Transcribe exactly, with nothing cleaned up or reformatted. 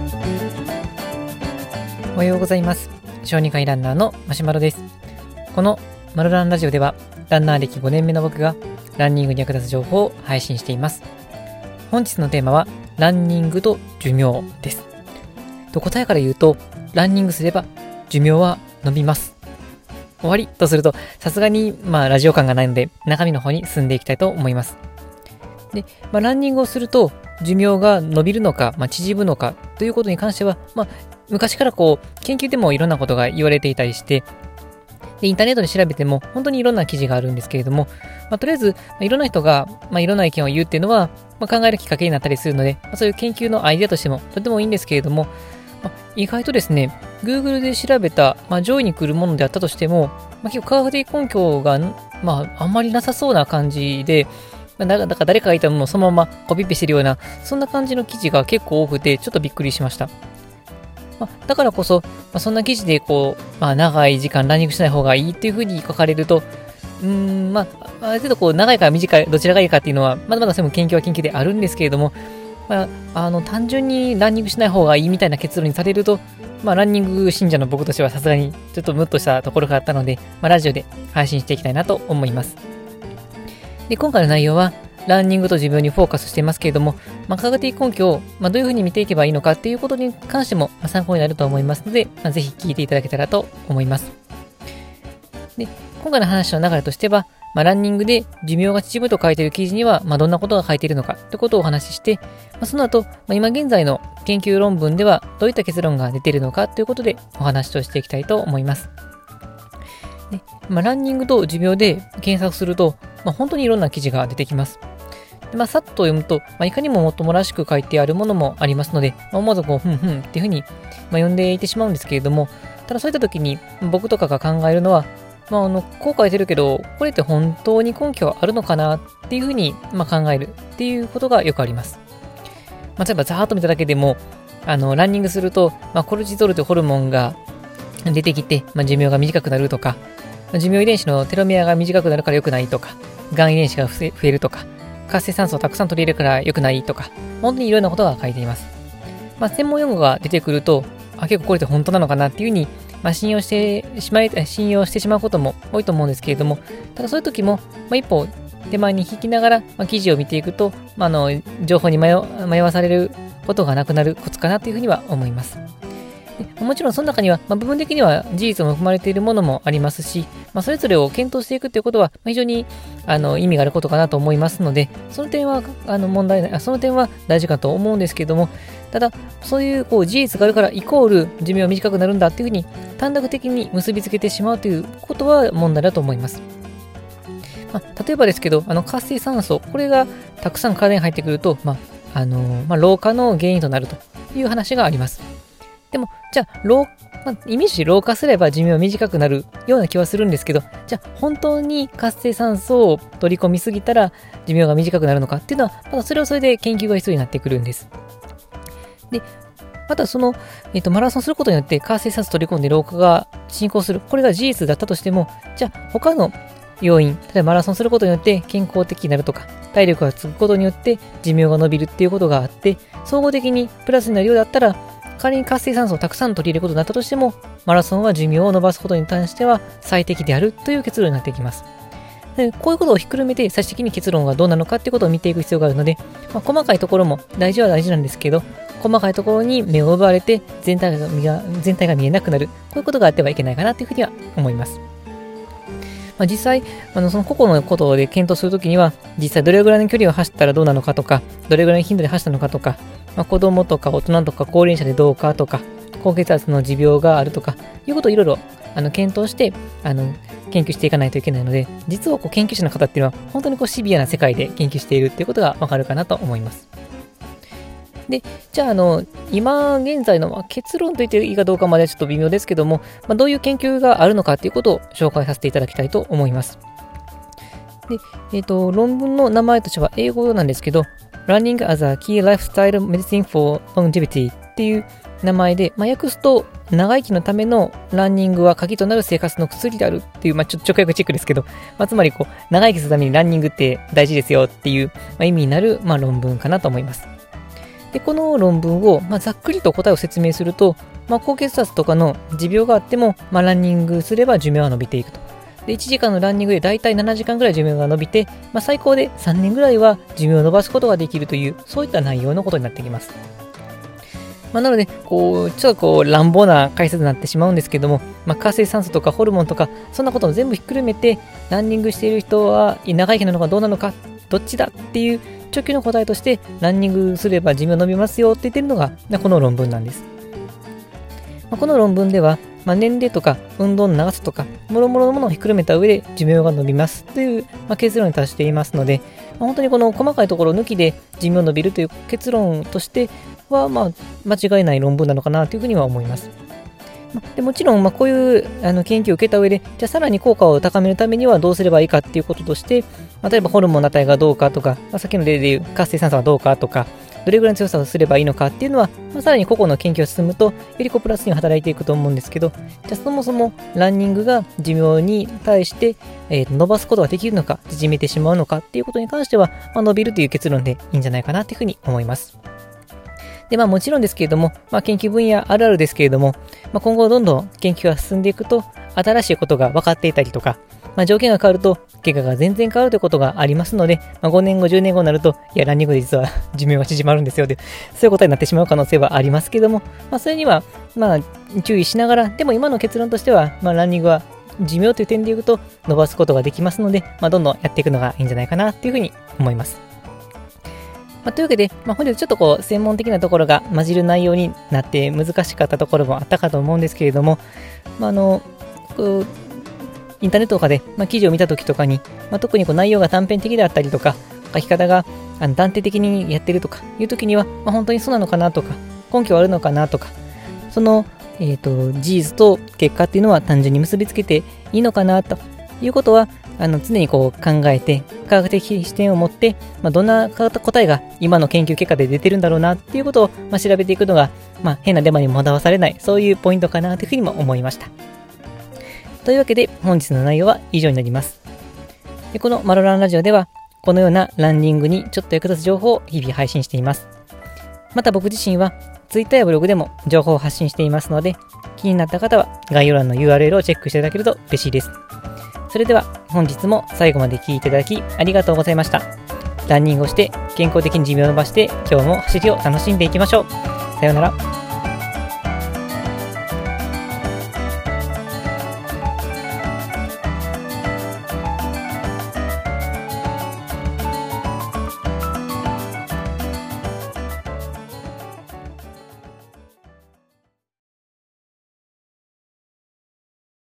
おはようございます。小児科医ランナーのマシュマロです。このマルランラジオではランナー歴ごねんめの僕がランニングに役立つ情報を配信しています。本日のテーマはランニングと寿命です。と答えから言うと、ランニングすれば寿命は伸びます。終わりとするとさすがにまあラジオ感がないので中身の方に進んでいきたいと思います。で、まあ、ランニングをすると寿命が伸びるのか、まあ、縮むのかということに関しては、まあ、昔からこう研究でもいろんなことが言われていたりして、でインターネットで調べても本当にいろんな記事があるんですけれども、まあ、とりあえず、まあ、いろんな人が、まあ、いろんな意見を言うっていうのは、まあ、考えるきっかけになったりするので、まあ、そういう研究のアイデアとしてもとてもいいんですけれども、まあ、意外とですね Google で調べた、まあ、上位に来るものであったとしても、まあ、結構科学的根拠が、まあ、あんまりなさそうな感じで、だから誰かが言ったものをそのままコピペしてるような、そんな感じの記事が結構多くて、ちょっとびっくりしました。まあ、だからこそ、まあ、そんな記事でこう、まあ、長い時間ランニングしない方がいいっていうふうに書かれると、うーん、まあ、ある程度こう長いか短い、どちらがいいかっていうのは、まだまだそれも研究は研究であるんですけれども、まあ、あの単純にランニングしない方がいいみたいな結論にされると、まあ、ランニング信者の僕としてはさすがにちょっとムッとしたところがあったので、まあ、ラジオで配信していきたいなと思います。で、今回の内容は、ランニングと寿命にフォーカスしていますけれども、まあ、科学的根拠を、まあ、どういうふうに見ていけばいいのかっていうことに関しても、まあ、参考になると思いますので、まあ、ぜひ聞いていただけたらと思います。で、今回の話の流れとしては、まあ、ランニングで寿命が縮むと書いている記事には、まあ、どんなことが書いているのかということをお話しして、まあ、その後、まあ、今現在の研究論文ではどういった結論が出ているのかということでお話をしていきたいと思います。で、まあ、ランニングと寿命で検索すると、まあ、本当にいろんな記事が出てきます。でまあ、さっと読むと、まあ、いかにももっともらしく書いてあるものもありますので、まあ、思わずこう、ふんふんっていうふうに、まあ、読んでいてしまうんですけれども、ただそういった時に僕とかが考えるのは、まあ、あのこう書いてるけど、これって本当に根拠はあるのかなっていうふうに、まあ、考えるっていうことがよくあります。まあ、例えばざーっと見ただけでも、あのランニングすると、まあ、コルチゾールというホルモンが出てきて、まあ、寿命が短くなるとか、寿命遺伝子のテロメアが短くなるから良くないとか、がん遺伝子が増えるとか、活性酸素をたくさん取り入れるから良くないとか、本当にいろんなことが書いています。まあ、専門用語が出てくると、あ、結構これって本当なのかなっていうふうに、まあ、信用してしまい、信用してしまうことも多いと思うんですけれども、ただそういう時も、まあ、一歩手前に引きながら、まあ、記事を見ていくと、まあ、あの情報に迷迷わされることがなくなるコツかなというふうには思います。でもちろんその中には、まあ、部分的には事実も含まれているものもありますし、まあ、それぞれを検討していくということは、まあ、非常にあの意味があることかなと思いますので、その点はあの問題ない、その点は大事かと思うんですけれども、ただそういうこう事実があるからイコール寿命が短くなるんだというふうに短絡的に結びつけてしまうということは問題だと思います。まあ、例えばですけど、あの活性酸素、これがたくさん体に入ってくると、まああのまあ、老化の原因となるという話があります。でも、じゃあ、老まあ、イメージ老化すれば寿命は短くなるような気はするんですけど、じゃあ、本当に活性酸素を取り込みすぎたら寿命が短くなるのかっていうのは、またそれはそれで研究が必要になってくるんです。で、またその、えっと、マラソンすることによって活性酸素取り込んで老化が進行する。これが事実だったとしても、じゃあ、他の要因、例えばマラソンすることによって健康的になるとか、体力がつくことによって寿命が伸びるっていうことがあって、総合的にプラスになるようだったら、仮に活性酸素をたくさん取り入れることになったとしても、マラソンは寿命を伸ばすことに関しては最適であるという結論になっていきます。でこういうことをひっくるめて最終的に結論がどうなのかということを見ていく必要があるので、まあ、細かいところも大事は大事なんですけど、細かいところに目を奪われて全体が見が全体が見えなくなる、こういうことがあってはいけないかなというふうには思います。まあ、実際、あのその個々のことで検討するときには、実際どれぐらいの距離を走ったらどうなのかとか、どれぐらいの頻度で走ったのかとか、まあ、子供とか大人とか高齢者でどうかとか、高血圧の持病があるとか、いうことをいろいろあの検討してあの研究していかないといけないので、実はこう研究者の方っていうのは本当にこうシビアな世界で研究しているっていうことがわかるかなと思います。で、じゃあ、あの、今現在の、まあ、結論と言っていいかどうかまではちょっと微妙ですけども、まあ、どういう研究があるのかということを紹介させていただきたいと思います。で、えっと、論文の名前としては英語なんですけど、Running as a Key Lifestyle Medicine for Longevity っていう名前で、まあ、訳すと、長生きのためのランニングは鍵となる生活の薬であるっていう、まあ、ちょっと直訳チェックですけど、まあ、つまりこう、長生きするためにランニングって大事ですよっていう、まあ、意味になる、まあ、論文かなと思います。 で、この論文を、まあ、ざっくりと答えを説明すると、まあ、高血圧とかの持病があっても、まあ、ランニングすれば寿命は伸びていくと。で、いちじかんのランニングでだいたいななじかんぐらい寿命が伸びて、まあ、最高でさんねんぐらいは寿命を伸ばすことができるという、そういった内容のことになってきます。まあ、なので、こう、ちょっとこう、乱暴な解説になってしまうんですけども、まあ、活性酸素とかホルモンとか、そんなことを全部ひっくるめて、ランニングしている人は長生きなのかどうなのか、どっちだっていう直球の答えとして、ランニングすれば寿命伸びますよって言ってるのが、この論文なんです。まあ、この論文では、まあ、年齢とか運動の長さとか、もろもろのものをひっくるめた上で寿命が伸びますという、まあ、結論に達していますので、まあ、本当にこの細かいところを抜きで寿命伸びるという結論としては、まあ、間違いない論文なのかなというふうには思います。でもちろん、まあ、こういうあの研究を受けた上で、じゃあさらに効果を高めるためにはどうすればいいかっていうこととして、まあ、例えばホルモンの値がどうかとか、まあ、さっきの例でいう活性酸素はどうかとか、どれぐらいの強さをすればいいのかっていうのは、まあ、さらに個々の研究が進むと、よりこうプラスに働いていくと思うんですけど、じゃあそもそもランニングが寿命に対して、えー、伸ばすことができるのか、縮めてしまうのかっていうことに関しては、まあ、伸びるという結論でいいんじゃないかなというふうに思います。で、まあもちろんですけれども、まあ研究分野あるあるですけれども、まあ今後どんどん研究が進んでいくと、新しいことが分かっていたりとか、まあ条件が変わると、結果が全然変わるということがありますので、まあごねんご、じゅうねんごになると、いや、ランニングで実は寿命が縮まるんですよで、そういうことになってしまう可能性はありますけれども、まあそれには、まあ注意しながら、でも今の結論としては、まあランニングは寿命という点で言うと、伸ばすことができますので、まあどんどんやっていくのがいいんじゃないかなというふうに思います。まあ、というわけで、まあ、本日ちょっとこう専門的なところが混じる内容になって難しかったところもあったかと思うんですけれども、まあ、あのこうインターネットとかで、まあ、記事を見たときとかに、まあ、特にこう内容が短編的であったりとか、書き方があの断定的にやってるとかいうときには、まあ、本当にそうなのかなとか、根拠あるのかなとか、その、えーと、事実と結果っていうのは単純に結びつけていいのかなということは、あの常にこう考えて科学的視点を持って、まあ、どんな答えが今の研究結果で出てるんだろうなっていうことを、まあ、調べていくのが、まあ、変なデマに惑わされない、そういうポイントかなというふうにも思いました。というわけで本日の内容は以上になります。でこのマロランラジオではこのようなランニングにちょっと役立つ情報を日々配信しています。また僕自身は Twitter やブログでも情報を発信していますので、気になった方は概要欄の ユーアールエル をチェックしていただけると嬉しいです。それでは本日も最後まで聞いていただきありがとうございました。ランニングをして健康的に寿命を伸ばして今日も走りを楽しんでいきましょう。さようなら。